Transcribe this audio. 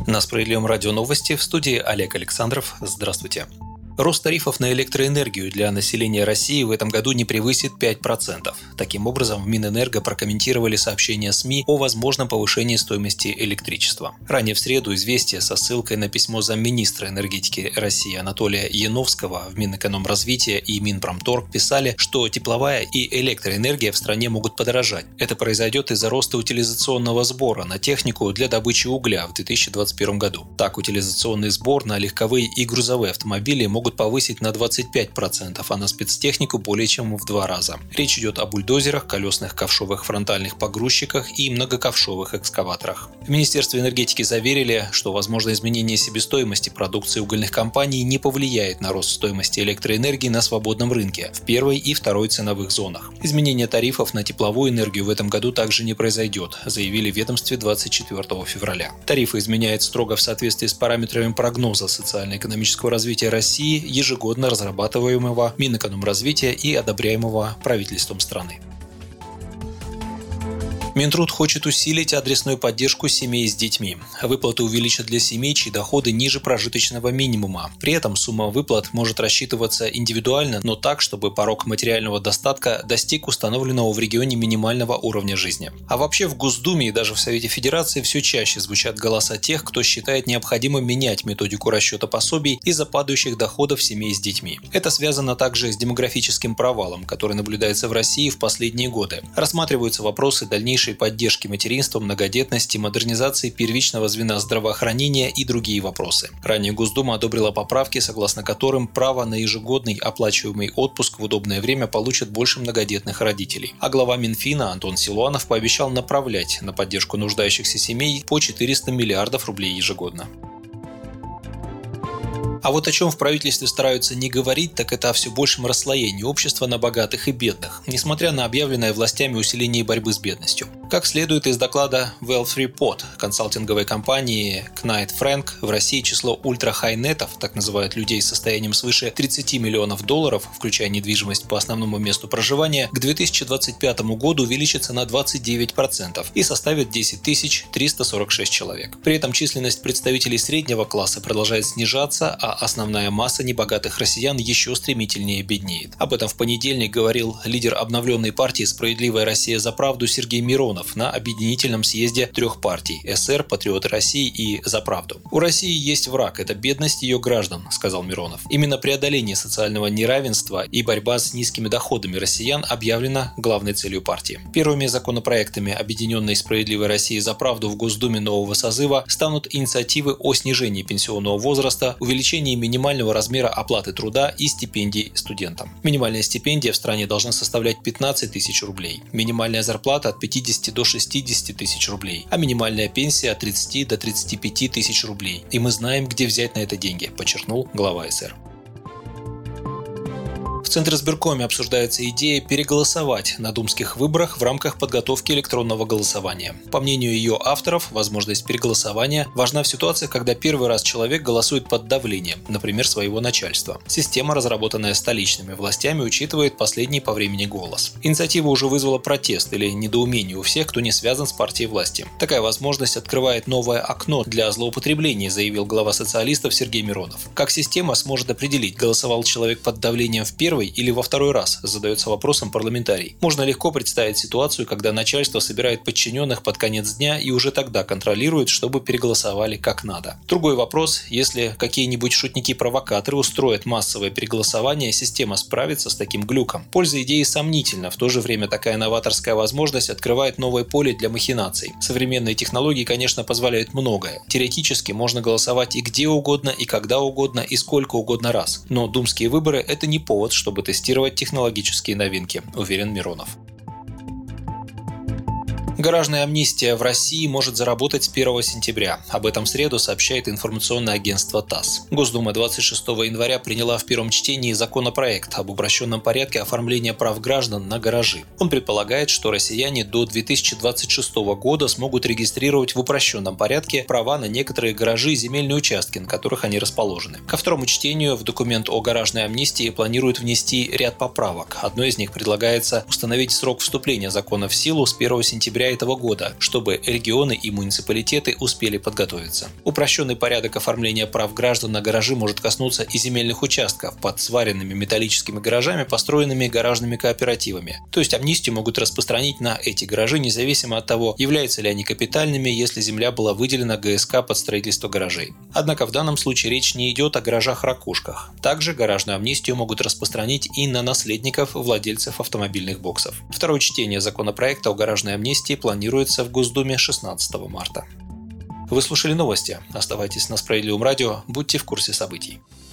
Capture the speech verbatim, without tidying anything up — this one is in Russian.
На Справедливом радио новости, в студии Олег Александров. Здравствуйте. Рост тарифов на электроэнергию для населения России в этом году не превысит пять процентов. Таким образом, в Минэнерго прокомментировали сообщение СМИ о возможном повышении стоимости электричества. Ранее в среду «Известия» со ссылкой на письмо замминистра энергетики России Анатолия Яновского в Минэкономразвития и Минпромторг писали, что тепловая и электроэнергия в стране могут подорожать. Это произойдет из-за роста утилизационного сбора на технику для добычи угля в две тысячи двадцать первом году. Так, утилизационный сбор на легковые и грузовые автомобили могут могут повысить на двадцать пять процентов, а на спецтехнику более чем в два раза. Речь идет о бульдозерах, колесных ковшовых фронтальных погрузчиках и многоковшовых экскаваторах. В Министерстве энергетики заверили, что возможное изменение себестоимости продукции угольных компаний не повлияет на рост стоимости электроэнергии на свободном рынке в первой и второй ценовых зонах. Изменение тарифов на тепловую энергию в этом году также не произойдет, заявили в ведомстве двадцать четвёртого февраля. Тарифы изменяют строго в соответствии с параметрами прогноза социально-экономического развития России, ежегодно разрабатываемого Минэкономразвития и одобряемого правительством страны. Минтруд хочет усилить адресную поддержку семей с детьми. Выплаты увеличат для семей, чьи доходы ниже прожиточного минимума. При этом сумма выплат может рассчитываться индивидуально, но так, чтобы порог материального достатка достиг установленного в регионе минимального уровня жизни. А вообще в Госдуме и даже в Совете Федерации все чаще звучат голоса тех, кто считает необходимым менять методику расчета пособий из-за падающих доходов семей с детьми. Это связано также с демографическим провалом, который наблюдается в России в последние годы. Рассматриваются вопросы дальнейшей поддержки материнства, многодетности, модернизации первичного звена здравоохранения и другие вопросы. Ранее Госдума одобрила поправки, согласно которым право на ежегодный оплачиваемый отпуск в удобное время получат больше многодетных родителей. А глава Минфина Антон Силуанов пообещал направлять на поддержку нуждающихся семей по четыреста миллиардов рублей ежегодно. А вот о чем в правительстве стараются не говорить, так это о все большем расслоении общества на богатых и бедных, несмотря на объявленное властями усиление борьбы с бедностью. Как следует из доклада Wealth Report консалтинговой компании Knight Frank, в России число ультрахайнетов, так называют людей с состоянием свыше тридцати миллионов долларов, включая недвижимость по основному месту проживания, к две тысячи двадцать пятому году увеличится на двадцать девять процентов и составит десять тысяч триста сорок шесть человек. При этом численность представителей среднего класса продолжает снижаться, а основная масса небогатых россиян еще стремительнее беднеет. Об этом в понедельник говорил лидер обновленной партии «Справедливая Россия за правду» Сергей Миронов на объединительном съезде трех партий – СР, Патриоты России и За правду. «У России есть враг – это бедность ее граждан», – сказал Миронов. Именно преодоление социального неравенства и борьба с низкими доходами россиян объявлена главной целью партии. Первыми законопроектами Объединенной Справедливой России за правду в Госдуме нового созыва станут инициативы о снижении пенсионного возраста, увеличении минимального размера оплаты труда и стипендий студентам. Минимальная стипендия в стране должна составлять пятнадцать тысяч рублей, минимальная зарплата от пятидесяти до шестидесяти тысяч рублей, а минимальная пенсия от тридцати до тридцати пяти тысяч рублей. И мы знаем, где взять на это деньги, подчеркнул глава СР. В Центризбиркоме обсуждается идея переголосовать на думских выборах в рамках подготовки электронного голосования. По мнению ее авторов, возможность переголосования важна в ситуациях, когда первый раз человек голосует под давлением, например, своего начальства. Система, разработанная столичными властями, учитывает последний по времени голос. Инициатива уже вызвала протест или недоумение у всех, кто не связан с партией власти. Такая возможность открывает новое окно для злоупотреблений, заявил глава социалистов Сергей Миронов. Как система сможет определить, голосовал человек под давлением в первый или во второй раз, задается вопросом парламентарий. Можно легко представить ситуацию, когда начальство собирает подчиненных под конец дня и уже тогда контролирует, чтобы переголосовали как надо. Другой вопрос, если какие-нибудь шутники-провокаторы устроят массовое переголосование, система справится с таким глюком. Польза идеи сомнительна, в то же время такая новаторская возможность открывает новое поле для махинаций. Современные технологии, конечно, позволяют многое. Теоретически можно голосовать и где угодно, и когда угодно, и сколько угодно раз. Но думские выборы – это не повод, чтобы тестировать технологические новинки, уверен Миронов. Гаражная амнистия в России может заработать с первого сентября. Об этом в среду сообщает информационное агентство ТАСС. Госдума двадцать шестого января приняла в первом чтении законопроект об упрощенном порядке оформления прав граждан на гаражи. Он предполагает, что россияне до две тысячи двадцать шестого года смогут регистрировать в упрощенном порядке права на некоторые гаражи и земельные участки, на которых они расположены. Ко второму чтению в документ о гаражной амнистии планируют внести ряд поправок. Одной из них предлагается установить срок вступления закона в силу с первого сентября этого года, чтобы регионы и муниципалитеты успели подготовиться. Упрощенный порядок оформления прав граждан на гаражи может коснуться и земельных участков под сваренными металлическими гаражами, построенными гаражными кооперативами. То есть амнистию могут распространить на эти гаражи, независимо от того, являются ли они капитальными, если земля была выделена ГСК под строительство гаражей. Однако в данном случае речь не идет о гаражах-ракушках. Также гаражную амнистию могут распространить и на наследников владельцев автомобильных боксов. Второе чтение законопроекта о гаражной амнистии планируется в Госдуме шестнадцатого марта. Вы слушали новости. Оставайтесь на Справедливом радио, будьте в курсе событий.